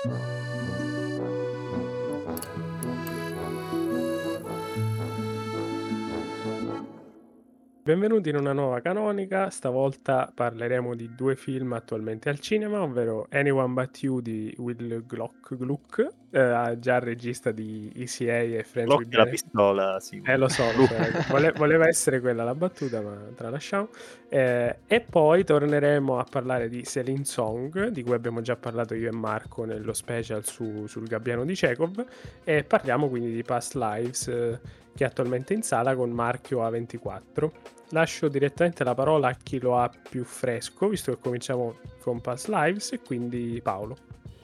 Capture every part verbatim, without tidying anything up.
Benvenuti in una nuova canonica, stavolta parleremo di due film attualmente al cinema, ovvero Anyone But You di Will Gluck, Gluck eh, già regista di E C A e Friends with Gluck è la Benefits. pistola, sì. Eh lo so, lo so vole- voleva essere quella la battuta, ma tralasciamo. Eh, e poi torneremo a parlare di Celine Song, di cui abbiamo già parlato io e Marco nello special su, sul Gabbiano di Chekhov, e parliamo quindi di Past Lives, eh, che è attualmente in sala con marchio A ventiquattro. Lascio direttamente la parola a chi lo ha più fresco, visto che cominciamo con Past Lives, e quindi Paolo.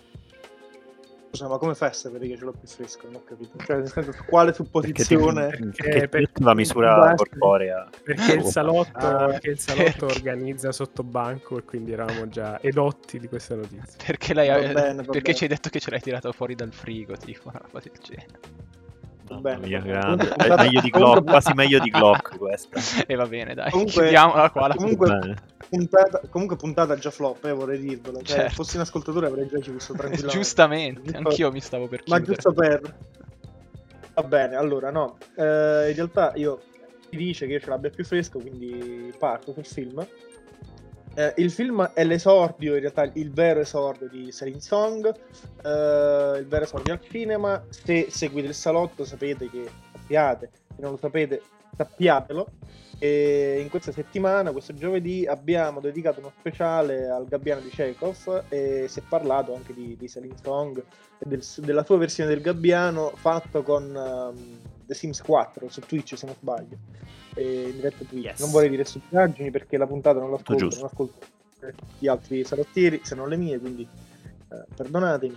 Scusa, ma come fai a sapere che ce l'ho più fresco? Non ho capito. Cioè, nel senso, quale supposizione? Perché, ti, Perché- perché ti la misura basta. corporea. Perché il salotto, Ah, perché il salotto perché? organizza sotto banco, e quindi eravamo già edotti di questa notizia. Perché, l'hai, Va bene, va perché bene. ci hai detto che ce l'hai tirato fuori dal frigo, tipo una cosa del genere. Mamma Bene, mia, va bene. grande. Comunque, È meglio di comunque- Glock, quasi meglio di Glock questa. E va bene, dai, Comunque- chiudiamola qua. la comunque- Bene. puntata, comunque puntata già flop, eh, vorrei dirvelo. Cioè, Certo. se fossi un ascoltatore avrei già chiuso tranquillamente. Giustamente, Giusto- anch'io mi stavo per Ma chiudere. giusto per... Va bene, allora no. Eh, in realtà io si dice che io ce l'abbia più fresco, quindi parto sul film. Eh, il film è l'esordio, in realtà il vero esordio di Celine Song, eh, il vero esordio al cinema. Se seguite il salotto sapete che sappiate, se non lo sapete sappiatelo. E in questa settimana, questo giovedì, abbiamo dedicato uno speciale al Gabbiano di Chekhov e si è parlato anche di, di Celine Song e del- della sua versione del Gabbiano fatto con um, The Sims quattro su Twitch, se non sbaglio, e in diretta Twitch. Yes. Non vorrei dire stupidaggini perché la puntata non l'ascolto, giusto. non ascolto eh, gli altri salottieri, se non le mie, quindi eh, perdonatemi.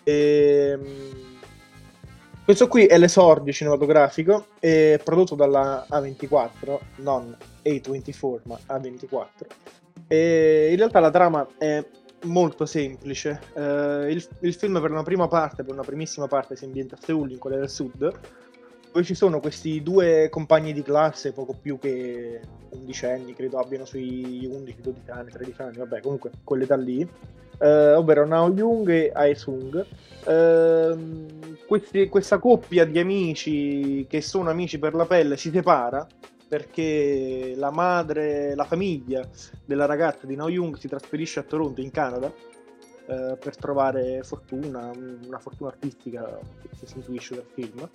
Ehm, questo qui è l'esordio cinematografico, è prodotto dalla A ventiquattro, non A ventiquattro, ma A ventiquattro. E in realtà la trama è molto semplice. Eh, il, il film per una prima parte, per una primissima parte, si ambienta a Seul, in Corea del Sud. Poi ci sono questi due compagni di classe, poco più che undicenni, credo abbiano sui undici, dodici anni, tredici anni, vabbè, comunque quell'età lì, eh, ovvero Nao Young e Ae Sung. Ehm, questi- questa coppia di amici che sono amici per la pelle si separa perché la madre, la famiglia della ragazza di Nao Young si trasferisce a Toronto, in Canada, eh, per trovare fortuna, una fortuna artistica che si intuisce dal film.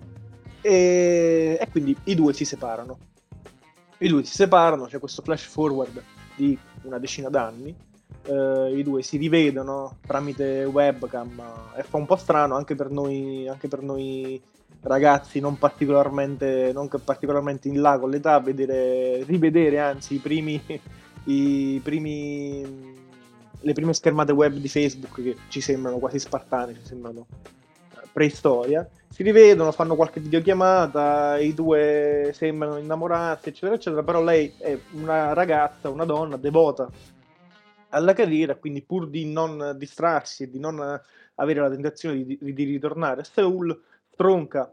E, e quindi i due si separano. I due si separano, c'è questo flash forward di una decina d'anni. Eh, I due si rivedono tramite webcam e fa un po' strano anche per noi, anche per noi ragazzi non particolarmente, non particolarmente in là con l'età, vedere, rivedere anzi i primi, i primi, le prime schermate web di Facebook che ci sembrano quasi spartane, ci sembrano preistoria. Si rivedono, fanno qualche videochiamata, i due sembrano innamorati, eccetera, eccetera, però lei è una ragazza, una donna devota alla carriera, quindi pur di non distrarsi e di non avere la tentazione di, di ritornare a Seul, stronca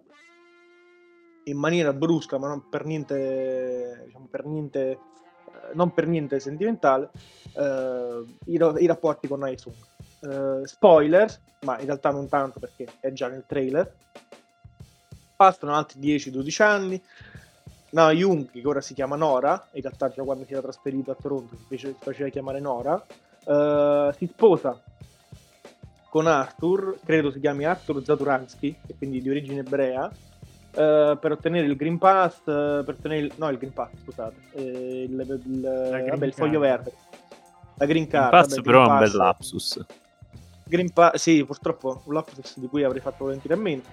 in maniera brusca, ma non per niente, diciamo, per niente, eh, non per niente sentimentale, eh, i, ro- i rapporti con Ae Sung. Eh, spoiler, ma in realtà non tanto perché è già nel trailer. Passano altri dieci dodici anni. No, Jung, che ora si chiama Nora, in realtà già quando si era trasferito a Toronto invece si faceva chiamare Nora, eh, si sposa con Arthur, credo si chiami Arthur Zaturansky, e quindi di origine ebrea, eh, per ottenere il Green Pass, eh, per ottenere il, no il Green Pass, scusate, eh, il, il, Green vabbè, il foglio Card. verde, la Green Card. Pass vabbè, però è Green un bel Pass. lapsus. Green Pass, sì, purtroppo un lapsus di cui avrei fatto volentieri a meno.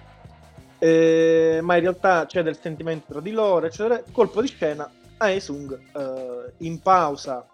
Eh, ma in realtà c'è del sentimento tra di loro, eccetera. Colpo di scena, Ae Sung eh, in pausa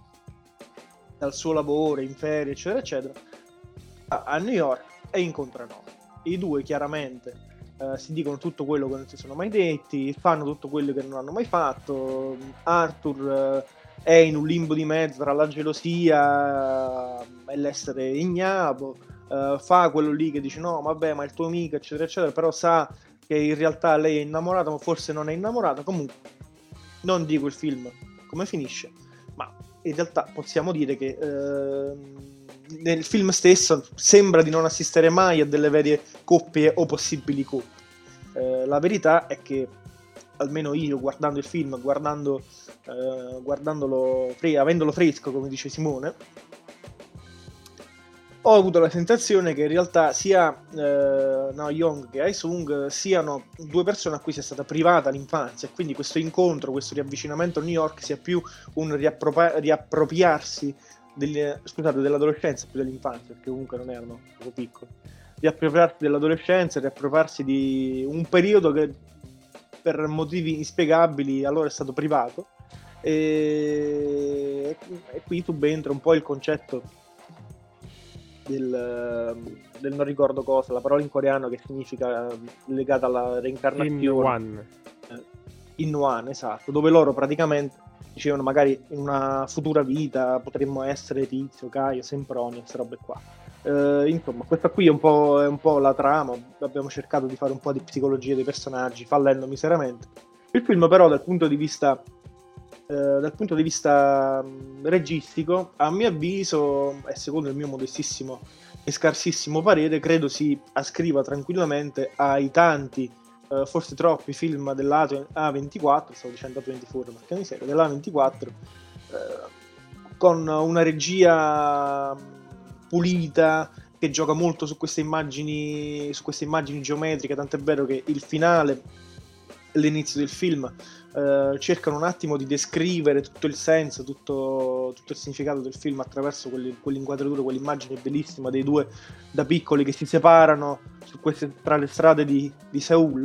dal suo lavoro, in ferie, eccetera, eccetera, a, a New York e incontra Nora. I due chiaramente eh, si dicono tutto quello che non si sono mai detti, fanno tutto quello che non hanno mai fatto. Arthur eh, è in un limbo di mezzo tra la gelosia e l'essere ignoto. Uh, fa quello lì che dice no vabbè ma è il tuo amico eccetera eccetera, però sa che in realtà lei è innamorata ma forse non è innamorata. Comunque non dico il film come finisce, ma in realtà possiamo dire che uh, nel film stesso sembra di non assistere mai a delle vere coppie o possibili coppie. Eh, la verità è che almeno io guardando il film, guardando, eh, guardandolo fre- avendolo fresco, come dice Simone, ho avuto la sensazione che in realtà sia eh, Na Young che Ae Sung siano due persone a cui sia stata privata l'infanzia, e quindi questo incontro, questo riavvicinamento a New York sia più un riappropria- riappropriarsi delle, scusate, dell'adolescenza più dell'infanzia, perché comunque non erano proprio piccoli, riappropriarsi dell'adolescenza, riappropriarsi di un periodo che per motivi inspiegabili allora è stato privato, e, e qui subentra un po' il concetto Del, del non ricordo cosa, la parola in coreano che significa legata alla reincarnazione. In-Wan. Eh, In-Wan, esatto, dove loro praticamente dicevano magari in una futura vita potremmo essere Tizio, Caio, Semproni, queste robe qua. Eh, insomma, questa qui è un po', è un po' la trama. Abbiamo cercato di fare un po' di psicologia dei personaggi, fallendo miseramente. Il film però dal punto di vista Uh, dal punto di vista um, registico, a mio avviso e secondo il mio modestissimo e scarsissimo parere, credo si ascriva tranquillamente ai tanti, uh, forse troppi film della A ventiquattro, stavo dicendo A ventiquattro perché mi serio, della A ventiquattro, uh, con una regia pulita che gioca molto su queste immagini, su queste immagini geometriche, tant'è vero che il finale, l'inizio del film, Uh, cercano un attimo di descrivere tutto il senso, tutto, tutto il significato del film attraverso quelli, quell'inquadratura, quell'immagine bellissima dei due da piccoli che si separano su queste, tra le strade di, di Seoul,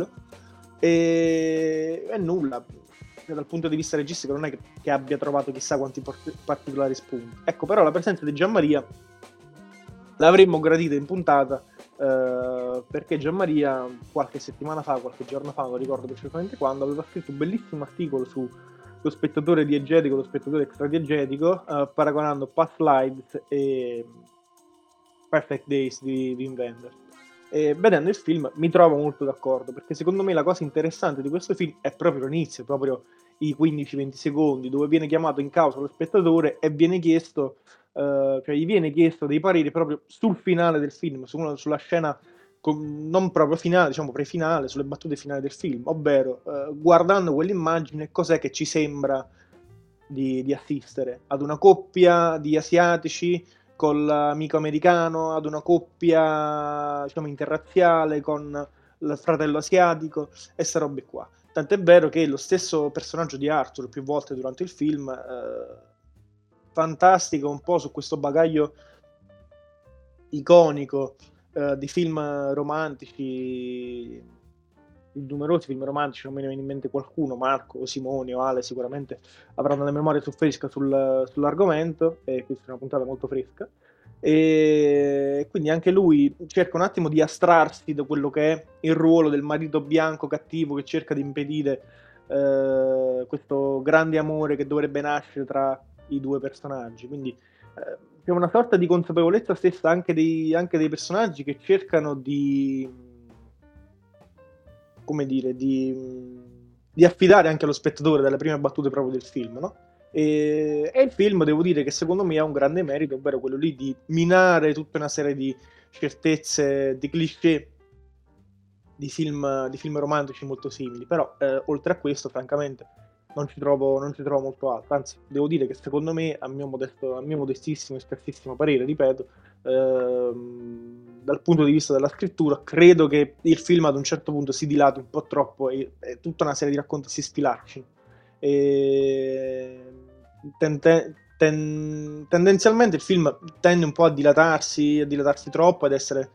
e, e nulla, dal punto di vista registico non è che, che abbia trovato chissà quanti por- particolari spunti. Ecco, però la presenza di Gianmaria l'avremmo gradita in puntata, Uh, perché Gianmaria qualche settimana fa, qualche giorno fa, non ricordo perfettamente quando, aveva scritto un bellissimo articolo su lo spettatore diegetico, lo spettatore extradiegetico, uh, paragonando Past Lives e Perfect Days di Wim Wenders. E vedendo il film mi trovo molto d'accordo, perché secondo me la cosa interessante di questo film è proprio l'inizio, proprio i quindici venti secondi dove viene chiamato in causa lo spettatore e viene chiesto Uh, cioè gli viene chiesto dei pareri proprio sul finale del film, su una, sulla scena con, non proprio finale, diciamo pre-finale, sulle battute finali del film, ovvero uh, guardando quell'immagine cos'è che ci sembra di, di assistere, ad una coppia di asiatici con l'amico americano, ad una coppia diciamo interrazziale con il fratello asiatico e sta robe qua. Tant'è vero che lo stesso personaggio di Arthur più volte durante il film uh, fantastico un po' su questo bagaglio iconico eh, di film romantici, di numerosi film romantici, non me ne viene in mente qualcuno, Marco, Simone o Ale sicuramente avranno le memorie su fresca sul, sull'argomento, e questa è una puntata molto fresca, e quindi anche lui cerca un attimo di astrarsi da quello che è il ruolo del marito bianco cattivo che cerca di impedire eh, questo grande amore che dovrebbe nascere tra i due personaggi. Quindi eh, c'è una sorta di consapevolezza stessa anche dei, anche dei personaggi che cercano di come dire di, di affidare anche allo spettatore dalle prime battute proprio del film, no? E, e il film, devo dire che secondo me ha un grande merito, ovvero quello lì di minare tutta una serie di certezze, di cliché di film, di film romantici molto simili. Però eh, oltre a questo francamente non ci trovo, non ci trovo molto altro, anzi devo dire che secondo me, a mio, modesto, a mio modestissimo e scarsissimo parere, ripeto, ehm, dal punto di vista della scrittura credo che il film ad un certo punto si dilati un po' troppo e, e tutta una serie di racconti si sfilaccino e ten, ten, ten, tendenzialmente il film tende un po' a dilatarsi a dilatarsi troppo, ad essere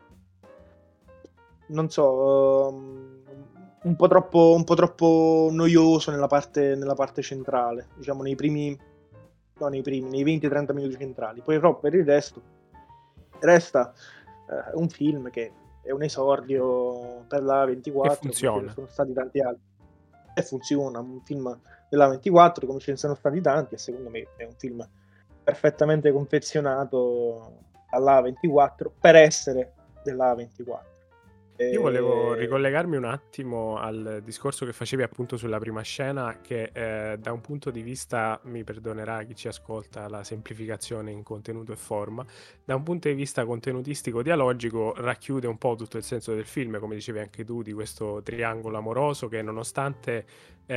non so um, un po' troppo un po' troppo noioso nella parte nella parte centrale, diciamo nei primi no nei primi nei venti trenta minuti centrali. Poi però per il resto resta eh, un film che è un esordio per la ventiquattro, e funziona. come ce ne sono stati tanti altri, e funziona, un film della ventiquattro come ce ne sono stati tanti, e secondo me è un film perfettamente confezionato dalla ventiquattro per essere della ventiquattro. Io volevo E- ricollegarmi un attimo al discorso che facevi appunto sulla prima scena, che eh, da un punto di vista, mi perdonerà chi ci ascolta, la semplificazione in contenuto e forma, da un punto di vista contenutistico dialogico racchiude un po' tutto il senso del film, come dicevi anche tu, di questo triangolo amoroso che nonostante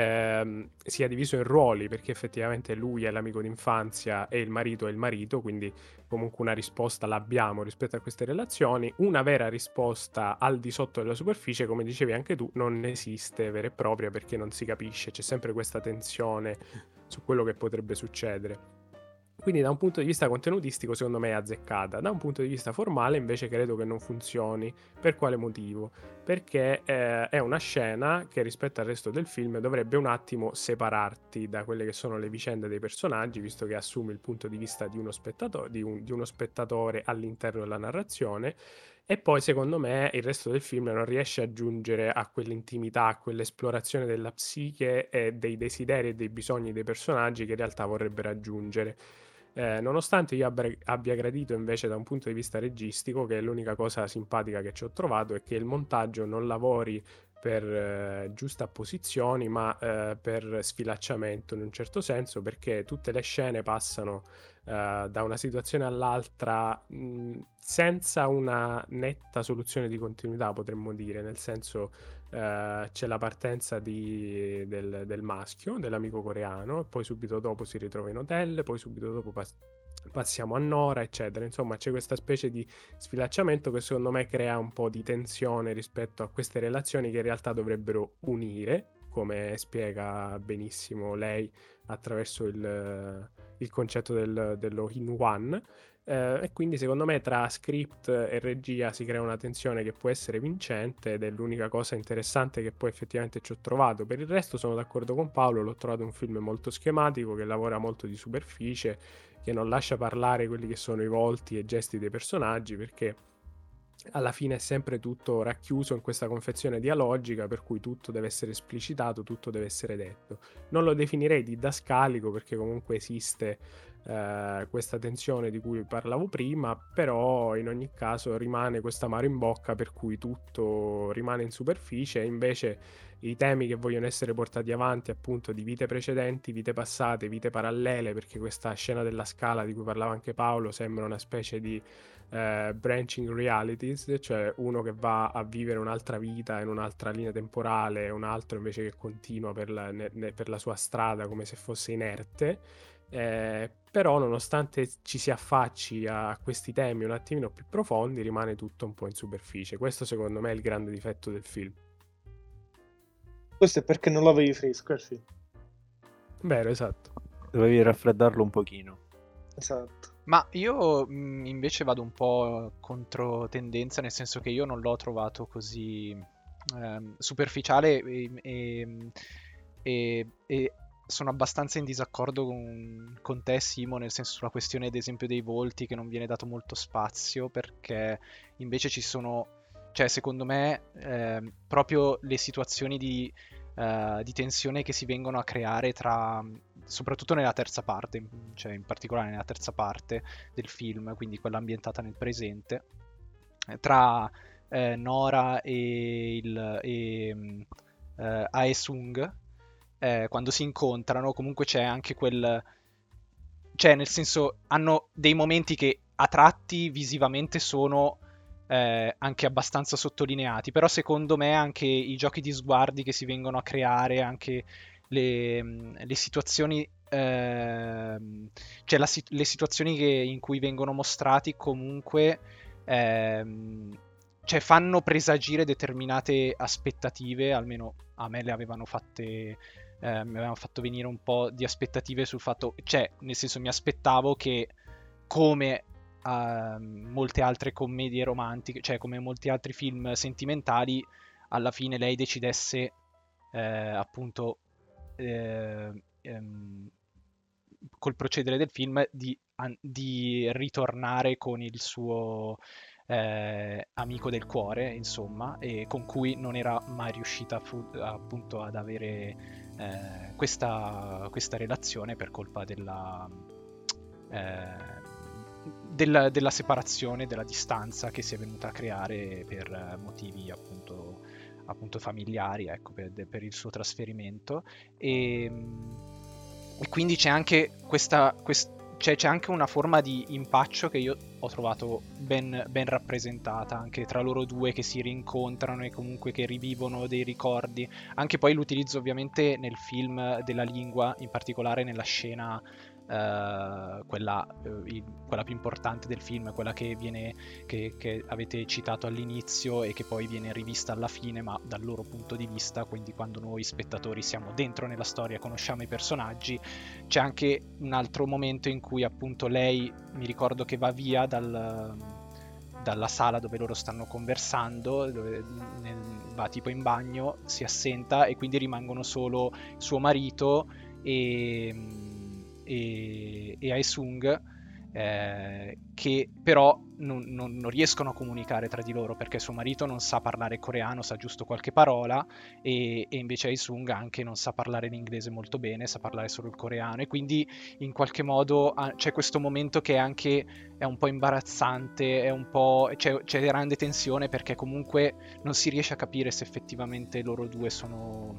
ehm, sia diviso in ruoli, perché effettivamente lui è l'amico d'infanzia e il marito è il marito, quindi comunque una risposta l'abbiamo rispetto a queste relazioni. Una vera risposta al di sotto della superficie, come dicevi anche tu, non esiste vera e propria perché non si capisce, c'è sempre questa tensione su quello che potrebbe succedere. Quindi da un punto di vista contenutistico secondo me è azzeccata, da un punto di vista formale invece credo che non funzioni. Per quale motivo? Perché eh, è una scena che rispetto al resto del film dovrebbe un attimo separarti da quelle che sono le vicende dei personaggi, visto che assumi il punto di vista di uno spettatore, di un- di uno spettatore all'interno della narrazione. E poi secondo me il resto del film non riesce a giungere a quell'intimità, a quell'esplorazione della psiche e dei desideri e dei bisogni dei personaggi che in realtà vorrebbe raggiungere. Eh, nonostante io abbia, abbia gradito invece da un punto di vista registico, che è l'unica cosa simpatica che ci ho trovato, è che il montaggio non lavori per eh, giusta posizioni, ma eh, per sfilacciamento in un certo senso, perché tutte le scene passano eh, da una situazione all'altra mh, senza una netta soluzione di continuità, potremmo dire, nel senso eh, c'è la partenza di- del, del maschio, dell'amico coreano, e poi subito dopo si ritrova in hotel, poi subito dopo pas- passiamo a Nora, eccetera. Insomma, c'è questa specie di sfilacciamento che secondo me crea un po' di tensione rispetto a queste relazioni che in realtà dovrebbero unire, come spiega benissimo lei attraverso il, il concetto del- dello in one. Eh, e quindi secondo me tra script e regia si crea una tensione che può essere vincente ed è l'unica cosa interessante che poi effettivamente ci ho trovato. Per il resto sono d'accordo con Paolo, l'ho trovato un film molto schematico che lavora molto di superficie, che non lascia parlare quelli che sono i volti e i gesti dei personaggi, perché alla fine è sempre tutto racchiuso in questa confezione dialogica per cui tutto deve essere esplicitato, tutto deve essere detto. Non lo definirei didascalico perché comunque esiste eh, questa tensione di cui parlavo prima, però in ogni caso rimane questo amaro in bocca per cui tutto rimane in superficie e invece i temi che vogliono essere portati avanti appunto di vite precedenti, vite passate, vite parallele, perché questa scena della scala di cui parlava anche Paolo sembra una specie di eh, branching realities, cioè uno che va a vivere un'altra vita in un'altra linea temporale, un altro invece che continua per la, ne, ne, per la sua strada come se fosse inerte. Eh, però nonostante ci si affacci a questi temi un attimino più profondi rimane tutto un po' in superficie. Questo secondo me è il grande difetto del film. Questo è perché non l'avevi fresco, il film. Vero, esatto. Dovevi raffreddarlo un pochino. Esatto. Ma io mh, invece vado un po' contro tendenza, nel senso che io non l'ho trovato così ehm, superficiale e, e- e- e sono abbastanza in disaccordo con, con te, Simo, nel senso sulla questione ad esempio dei volti che non viene dato molto spazio, perché invece ci sono, cioè secondo me ehm, proprio le situazioni di, eh, di tensione che si vengono a creare tra, soprattutto nella terza parte, cioè in particolare nella terza parte del film, quindi quella ambientata nel presente, eh, tra eh, Nora e, il, e mh, eh, Ae Sung, eh, quando si incontrano, comunque c'è anche quel... Cioè, nel senso, hanno dei momenti che a tratti visivamente sono eh, anche abbastanza sottolineati, però secondo me anche i giochi di sguardi che si vengono a creare, anche le, le situazioni, ehm, cioè la si- le situazioni che- in cui vengono mostrati comunque ehm, cioè fanno presagire determinate aspettative, almeno a me le avevano fatte, eh, mi avevano fatto venire un po' di aspettative sul fatto, cioè nel senso mi aspettavo che come a molte altre commedie romantiche, cioè come molti altri film sentimentali, alla fine lei decidesse eh, appunto eh, ehm, col procedere del film di, an- di ritornare con il suo eh, amico del cuore, insomma, e con cui non era mai riuscita fu- appunto ad avere eh, questa, questa relazione per colpa della, eh, della, della separazione, della distanza che si è venuta a creare per motivi appunto, appunto familiari, ecco, per, per il suo trasferimento. E, e quindi c'è anche questa, quest, c'è, c'è anche una forma di impaccio che io ho trovato ben, ben rappresentata anche tra loro due, che si rincontrano e comunque che rivivono dei ricordi. Anche poi l'utilizzo ovviamente nel film della lingua, in particolare nella scena Uh, quella, uh, il, quella più importante del film, quella che viene che, che avete citato all'inizio e che poi viene rivista alla fine, ma dal loro punto di vista, quindi quando noi spettatori siamo dentro nella storia, conosciamo i personaggi. C'è anche un altro momento in cui appunto lei, mi ricordo che va via dal, dalla sala dove loro stanno conversando, dove nel, va tipo in bagno, si assenta e quindi rimangono solo suo marito e e, e Aesung, eh, che però non, non, non riescono a comunicare tra di loro, perché suo marito non sa parlare coreano, sa giusto qualche parola, e, e invece Aesung anche non sa parlare l'inglese molto bene, sa parlare solo il coreano, e quindi in qualche modo ah, c'è questo momento che anche è un po' imbarazzante, è un po', c'è, c'è grande tensione, perché comunque non si riesce a capire se effettivamente loro due sono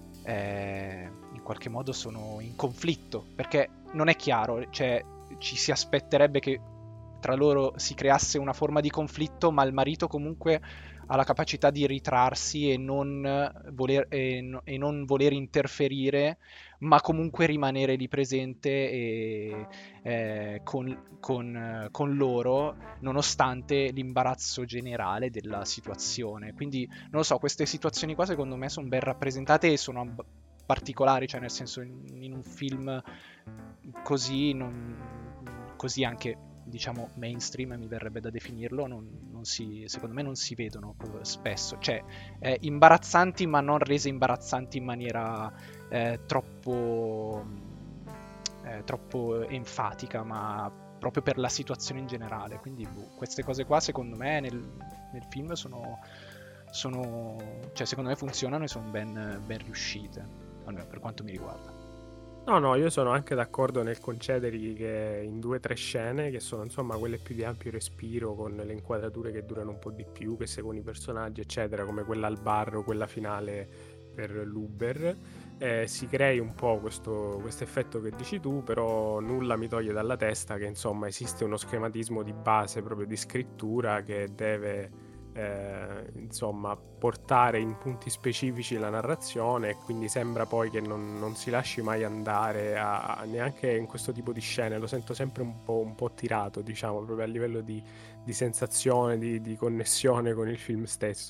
eh, in qualche modo sono in conflitto, perché non è chiaro, cioè ci si aspetterebbe che tra loro si creasse una forma di conflitto, ma il marito comunque ha la capacità di ritrarsi e non voler, e, no, e non voler interferire, ma comunque rimanere lì presente e, eh, con, con, con loro, nonostante l'imbarazzo generale della situazione. Quindi non lo so, queste situazioni qua secondo me sono ben rappresentate e sono amb- particolari, cioè nel senso in, in un film così, non, così anche diciamo mainstream, mi verrebbe da definirlo, non, non si, secondo me non si vedono spesso, cioè eh, imbarazzanti, ma non rese imbarazzanti in maniera eh, troppo eh, troppo enfatica, ma proprio per la situazione in generale. Quindi boh, queste cose qua secondo me nel, nel film sono, sono cioè secondo me funzionano e sono ben, ben riuscite, almeno per quanto mi riguarda. No, no, io sono anche d'accordo nel concedergli che in due o tre scene, che sono insomma quelle più di ampio respiro, con le inquadrature che durano un po' di più, che seguono i personaggi, eccetera, come quella al bar o quella finale per l'Uber, eh, si crei un po' questo effetto che dici tu, però nulla mi toglie dalla testa che insomma esiste uno schematismo di base proprio di scrittura che deve... Eh, insomma portare in punti specifici la narrazione, e quindi sembra poi che non, non si lasci mai andare a, a, neanche in questo tipo di scene, lo sento sempre un po', un po' tirato, diciamo, proprio a livello di, di sensazione, di, di connessione con il film stesso.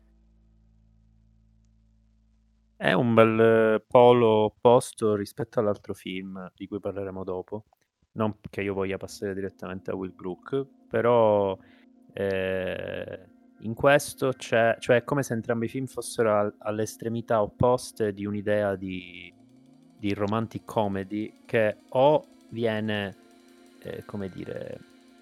È un bel polo opposto rispetto all'altro film di cui parleremo dopo, non che io voglia passare direttamente a Will Gluck, però eh, in questo c'è, cioè è come se entrambi i film fossero a, alle estremità opposte di un'idea di, di romantic comedy che o viene, eh, come dire,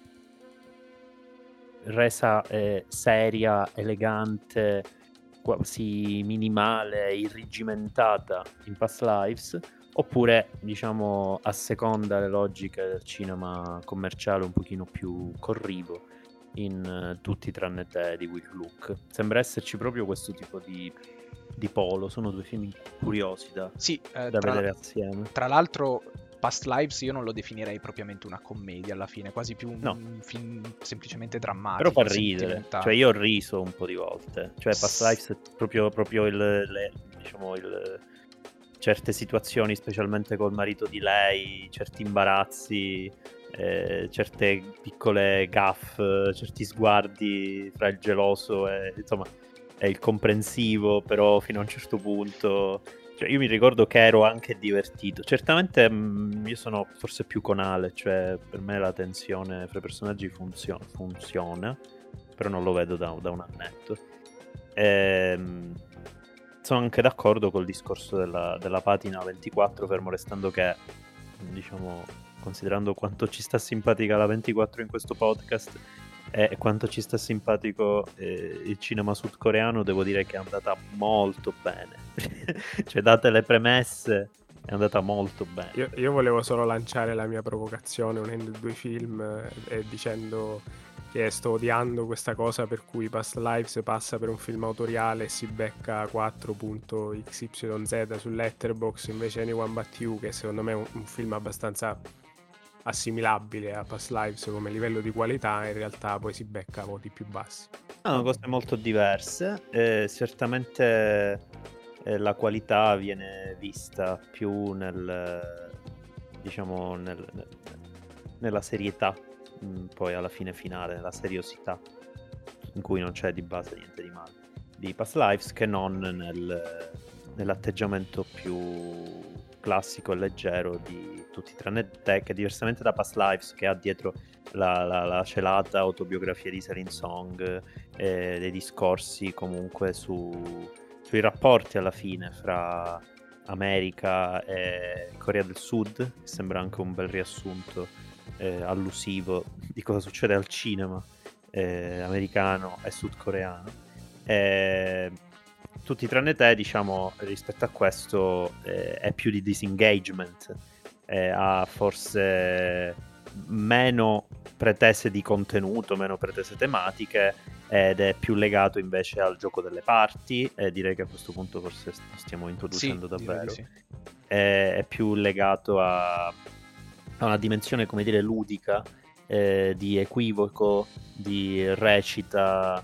resa eh, seria, elegante, quasi minimale, irrigimentata in Past Lives, oppure diciamo asseconda le logiche del cinema commerciale un pochino più corrivo in uh, Tutti tranne te di Will Gluck. Sembra esserci proprio questo tipo di, di polo. Sono due film curiosi da, sì, eh, da tra, vedere assieme. Tra l'altro Past Lives io non lo definirei propriamente una commedia alla fine, quasi più un, no. un film semplicemente drammatico. Però fa ridere, cioè io ho riso un po' di volte, cioè Past S- Lives è proprio, proprio il, le, diciamo il, certe situazioni, specialmente col marito di lei, certi imbarazzi, eh, certe piccole gaffe, certi sguardi fra il geloso e insomma è il comprensivo, però fino a un certo punto. Cioè, io mi ricordo che ero anche divertito. Certamente mh, io sono forse più conale, cioè per me la tensione fra i personaggi funzio- funziona, però non lo vedo da, da un annetto. Ehm, sono anche d'accordo col discorso della, della patina ventiquattro, fermo restando che, diciamo, considerando quanto ci sta simpatica la ventiquattro in questo podcast e quanto ci sta simpatico eh, il cinema sudcoreano, devo dire che è andata molto bene. Cioè, date le premesse, è andata molto bene. Io, io volevo solo lanciare la mia provocazione unendo i due film eh, e dicendo che sto odiando questa cosa per cui Past Lives passa per un film autoriale e si becca quattro punto x y z su Letterboxd, invece Anyone But You, che secondo me è un, un film abbastanza assimilabile a Past Lives come livello di qualità, in realtà poi si becca voti più bassi. Sono cose molto diverse, eh, certamente eh, la qualità viene vista più nel, diciamo, nel, nel- nella serietà, mh, poi alla fine finale, nella seriosità, in cui non c'è di base niente di male, di Past Lives, che non nel- nell'atteggiamento più classico e leggero di Tutti tranne te, che diversamente da Past Lives, che ha dietro la, la- la celata autobiografia di Selin Song, eh, dei discorsi comunque su- sui rapporti alla fine fra America e Corea del Sud, che sembra anche un bel riassunto eh, allusivo di cosa succede al cinema eh, americano e sudcoreano. Eh, tutti tranne te, diciamo, rispetto a questo eh, è più di disengagement, eh, ha forse meno pretese di contenuto, meno pretese tematiche, ed è più legato invece al gioco delle parti, e direi che a questo punto forse st- stiamo Sì, introducendo direi di davvero. sì. È, è più legato a, a una dimensione, come dire, ludica, eh, di equivoco, di recita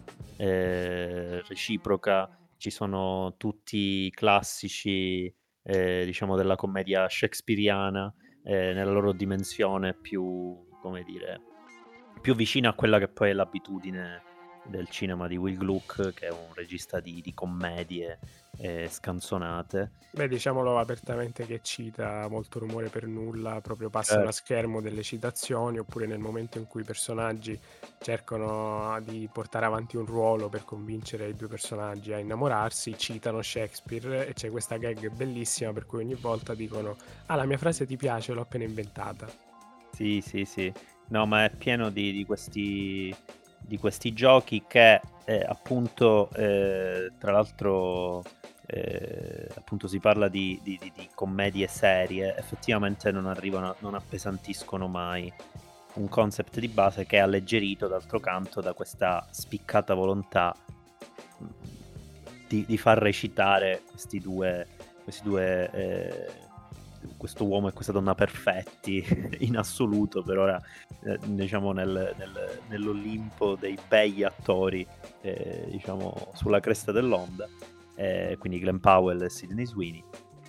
eh, reciproca. Ci sono tutti i classici, eh, diciamo, della commedia shakespeariana, eh, nella loro dimensione più, come dire, più vicina a quella che poi è l'abitudine del cinema di Will Gluck, che è un regista di, di commedie eh, scanzonate. Beh, diciamolo apertamente che cita Molto rumore per nulla, proprio passano a Certo. schermo delle citazioni, oppure nel momento in cui i personaggi cercano di portare avanti un ruolo per convincere i due personaggi a innamorarsi, citano Shakespeare e c'è questa gag bellissima per cui ogni volta dicono ah, la mia frase ti piace, l'ho appena inventata. Sì, sì, sì. No, ma è pieno di, di questi, di questi giochi che eh, appunto, eh, tra l'altro, eh, appunto si parla di, di- di- di commedie serie, effettivamente non arrivano, non appesantiscono mai un concept di base che è alleggerito d'altro canto da questa spiccata volontà mh, di, di far recitare questi due, questi due eh, questo uomo e questa donna perfetti in assoluto per ora, eh, diciamo nel- nel- nell'Olimpo dei begli attori, eh, diciamo sulla cresta dell'onda, eh, quindi Glenn Powell e Sydney Sweeney.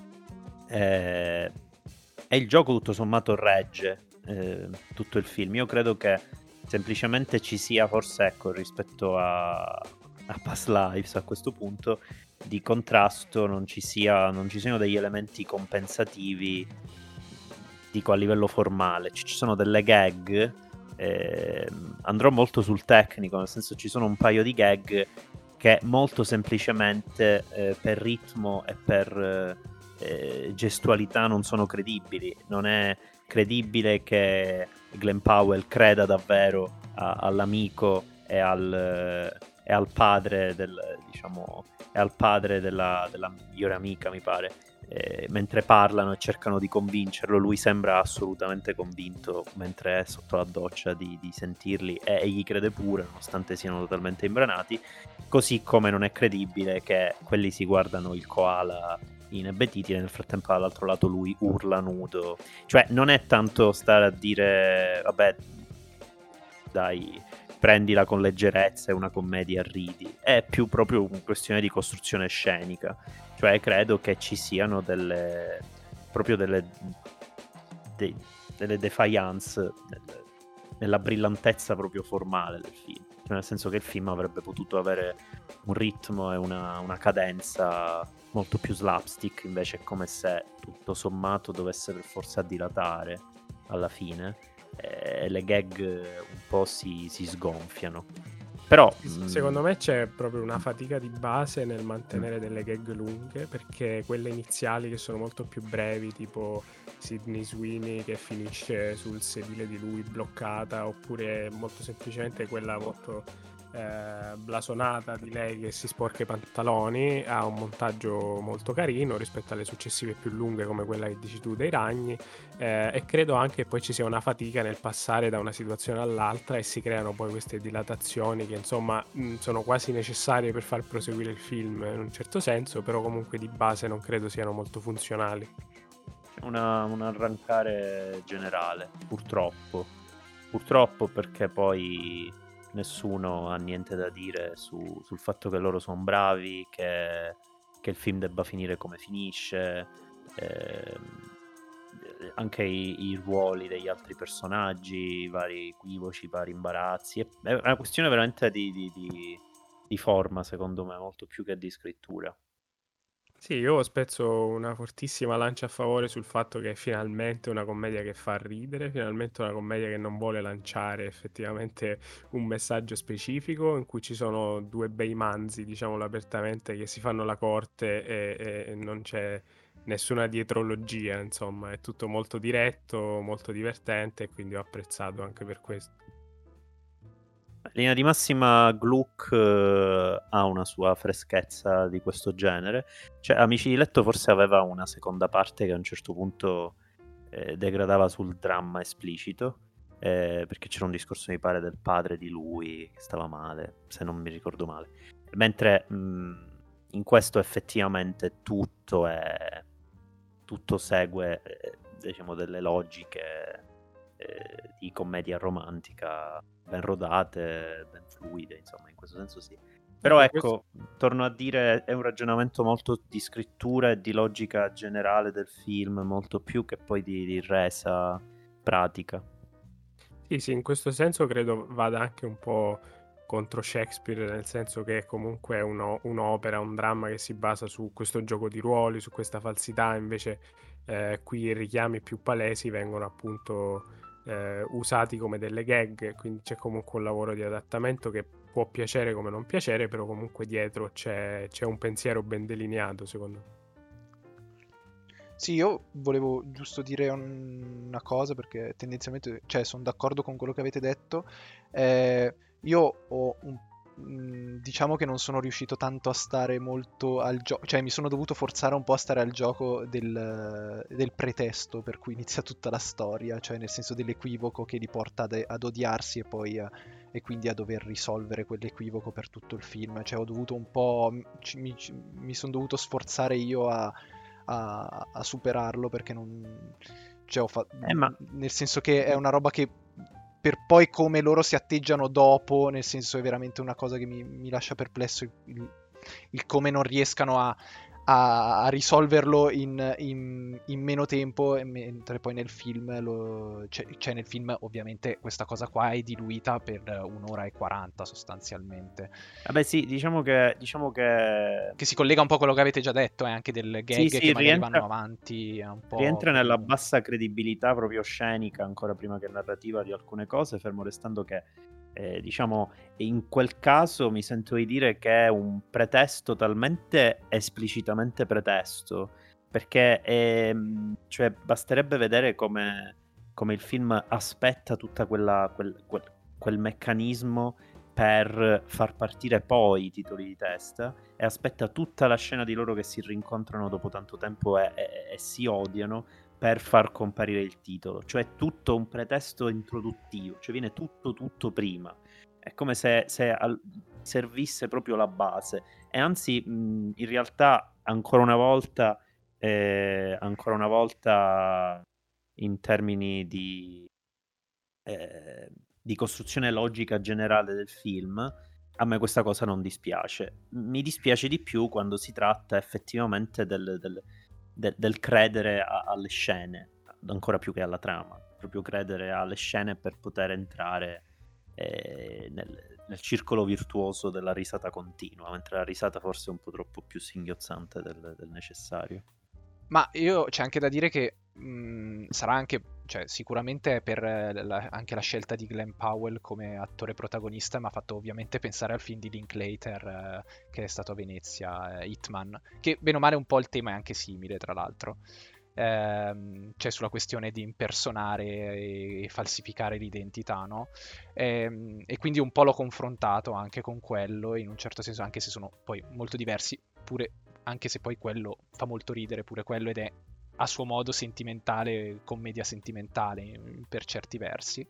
Eh, e il gioco tutto sommato regge eh, tutto il film. Io credo che semplicemente ci sia, forse, ecco, rispetto a, a Past Lives a questo punto di contrasto, non ci sia, non ci siano degli elementi compensativi, dico a livello formale. Ci, ci sono delle gag, eh, andrò molto sul tecnico, nel senso ci sono un paio di gag che molto semplicemente eh, per ritmo e per eh, gestualità non sono credibili. Non è credibile che Glenn Powell creda davvero a- all'amico e al, e al padre del, diciamo, e al padre della, della migliore amica, mi pare. Eh, mentre parlano e cercano di convincerlo, lui sembra assolutamente convinto mentre è sotto la doccia di, di sentirli, e, e gli crede pure, nonostante siano totalmente imbranati. Così come non è credibile che quelli si guardano il koala inebetiti e nel frattempo dall'altro lato lui urla nudo. Cioè non è tanto stare a dire vabbè dai, prendila con leggerezza, è una commedia, ridi. È più proprio una questione di costruzione scenica. Cioè credo che ci siano delle proprio delle dei- delle defiance nel- nella brillantezza proprio formale del film. Cioè nel senso che il film avrebbe potuto avere un ritmo e una, una cadenza molto più slapstick, invece è come se tutto sommato dovesse per forza dilatare alla fine e le gag un po' si, si sgonfiano. Però mh, Secondo me c'è proprio una fatica di base nel mantenere delle gag lunghe, perché quelle iniziali che sono molto più brevi, tipo Sydney Sweeney che finisce sul sedile di lui bloccata, oppure molto semplicemente quella molto eh, blasonata di lei che si sporca i pantaloni. Ha un montaggio molto carino rispetto alle successive più lunghe come quella che dici tu dei ragni, eh, e credo anche che poi ci sia una fatica nel passare da una situazione all'altra e si creano poi queste dilatazioni che insomma mh, sono quasi necessarie per far proseguire il film in un certo senso, però comunque di base non credo siano molto funzionali. Una, un arrancare generale, purtroppo. Purtroppo, perché poi nessuno ha niente da dire su, sul fatto che loro sono bravi, che, che il film debba finire come finisce, eh, anche i, i ruoli degli altri personaggi, i vari equivoci, i vari imbarazzi. È, è una questione veramente di, di, di, di forma, secondo me, molto più che di scrittura. Sì, io spezzo una fortissima lancia a favore sul fatto che è finalmente una commedia che fa ridere, finalmente una commedia che non vuole lanciare effettivamente un messaggio specifico, in cui ci sono due bei manzi, diciamolo apertamente, che si fanno la corte e, e non c'è nessuna dietrologia, insomma, è tutto molto diretto, molto divertente, e quindi ho apprezzato anche per questo. In linea di massima Gluck eh, ha una sua freschezza di questo genere. Cioè, Amici di letto forse aveva una seconda parte che a un certo punto eh, degradava sul dramma esplicito, eh, perché c'era un discorso, mi pare, del padre di lui che stava male, se non mi ricordo male. Mentre mh, in questo effettivamente tutto è tutto segue eh, diciamo delle logiche eh, di commedia romantica ben rodate, ben fluide, insomma, in questo senso sì. Però ecco, torno a dire, è un ragionamento molto di scrittura e di logica generale del film, molto più che poi di, di resa pratica. Sì, sì, in questo senso credo vada anche un po' contro Shakespeare, nel senso che comunque è uno, un'opera, un dramma che si basa su questo gioco di ruoli, su questa falsità, invece eh, qui i richiami più palesi vengono appunto eh, usati come delle gag, quindi c'è comunque un lavoro di adattamento che può piacere come non piacere, però comunque dietro c'è, c'è un pensiero ben delineato, secondo me. Sì, io volevo giusto dire un- una cosa perché tendenzialmente, cioè, sono d'accordo con quello che avete detto. Eh, io ho un, mh, diciamo che non sono riuscito tanto a stare molto al gioco, cioè mi sono dovuto forzare un po' a stare al gioco del, del pretesto per cui inizia tutta la storia, cioè nel senso dell'equivoco che li porta ad, ad odiarsi e poi a- e quindi a dover risolvere quell'equivoco per tutto il film. Cioè ho dovuto un po', ci- mi, ci- mi sono dovuto sforzare io a a, a superarlo perché non cioè, ho fa- Eh, ma nel senso che è una roba che per poi come loro si atteggiano dopo, nel senso è veramente una cosa che mi, mi lascia perplesso il, il- il come non riescano a, a- a risolverlo in, in- in meno tempo, e mentre poi nel film lo, cioè, cioè nel film ovviamente questa cosa qua è diluita per un'ora e quaranta sostanzialmente. vabbè sì, diciamo che diciamo che Che si collega un po' a quello che avete già detto, eh, anche del sì, gag sì, che magari vanno rientra, avanti, è un po' rientra nella quello. bassa credibilità proprio scenica, ancora prima che narrativa, di alcune cose, fermo restando che, eh, diciamo, in quel caso mi sento di dire che è un pretesto talmente esplicitamente pretesto, perché ehm, cioè, basterebbe vedere come, come il film aspetta tutta quella, quel, quel, quel meccanismo per far partire poi i titoli di testa, e aspetta tutta la scena di loro che si rincontrano dopo tanto tempo e, e, e si odiano per far comparire il titolo. Cioè tutto un pretesto introduttivo, cioè viene tutto tutto prima. È come se, se al, servisse proprio la base. E anzi, mh, in realtà, ancora una volta, eh, ancora una volta, in termini di, eh, di costruzione logica generale del film, a me questa cosa non dispiace. Mi dispiace di più quando si tratta effettivamente del, del, del, del credere a, alle scene, ancora più che alla trama, proprio credere alle scene per poter entrare eh, nel, nel circolo virtuoso della risata continua, mentre la risata forse è un po' troppo più singhiozzante del, del necessario. Ma io c'è anche da dire che mh, sarà anche, cioè sicuramente per eh, la- anche la scelta di Glenn Powell come attore protagonista mi ha fatto ovviamente pensare al film di Linklater eh, che è stato a Venezia, eh, Hitman, che bene o male un po' il tema è anche simile tra l'altro. ehm, cioè sulla questione di impersonare e, e falsificare l'identità, no? Ehm, e quindi un po' l'ho confrontato anche con quello, in un certo senso, anche se sono poi molto diversi, pure anche se poi quello fa molto ridere, pure quello, ed è a suo modo sentimentale, commedia sentimentale per certi versi.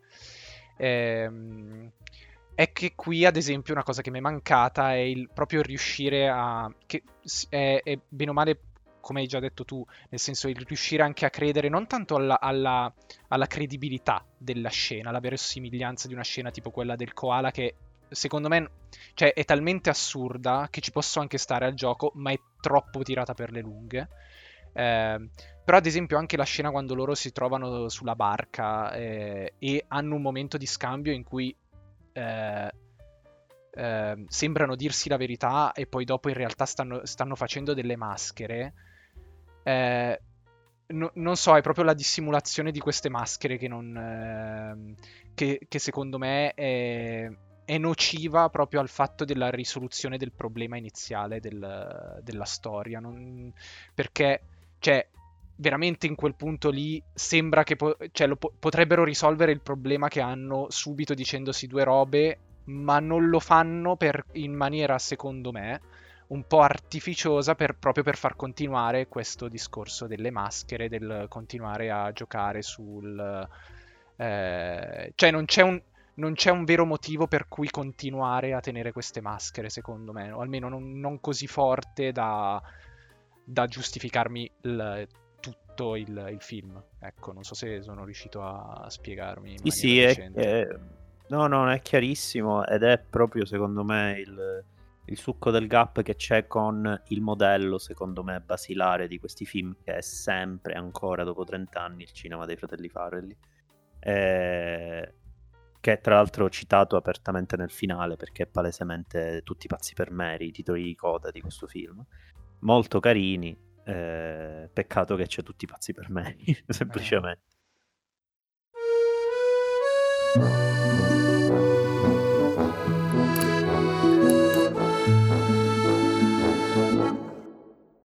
Ehm, è che qui, ad esempio, una cosa che mi è mancata è il proprio riuscire a... che è, è bene o male, come hai già detto tu, nel senso il riuscire anche a credere non tanto alla, alla, alla credibilità della scena, alla verosimiglianza di una scena tipo quella del koala, che secondo me, cioè, è talmente assurda che ci posso anche stare al gioco, ma è troppo tirata per le lunghe. Eh, però ad esempio anche la scena quando loro si trovano sulla barca eh, e hanno un momento di scambio in cui eh, eh, sembrano dirsi la verità e poi dopo in realtà stanno, stanno facendo delle maschere. Eh, no, non so, è proprio la dissimulazione di queste maschere che non eh, che, che secondo me è, è nociva proprio al fatto della risoluzione del problema iniziale del, della storia. Non, perché cioè, veramente in quel punto lì sembra che po- cioè, lo po- potrebbero risolvere il problema che hanno subito dicendosi due robe, ma non lo fanno per, in maniera, secondo me, un po' artificiosa per, proprio per far continuare questo discorso delle maschere, del continuare a giocare sul... Eh, cioè non c'è un, non c'è un vero motivo per cui continuare a tenere queste maschere, secondo me, o almeno non, non così forte da, da giustificarmi il, tutto il, il film. Ecco, non so se sono riuscito a spiegarmi in Sì, maniera sì, è, decente. è- no, no, è chiarissimo ed è proprio secondo me il, il succo del gap che c'è con il modello, secondo me, basilare di questi film, che è sempre, ancora dopo trenta anni, il cinema dei fratelli Farrelly. Eh, che tra l'altro ho citato apertamente nel finale perché è palesemente tutti pazzi per Mary, i titoli di coda di questo film. Molto carini, eh, peccato che c'è tutti pazzi per Mary, semplicemente.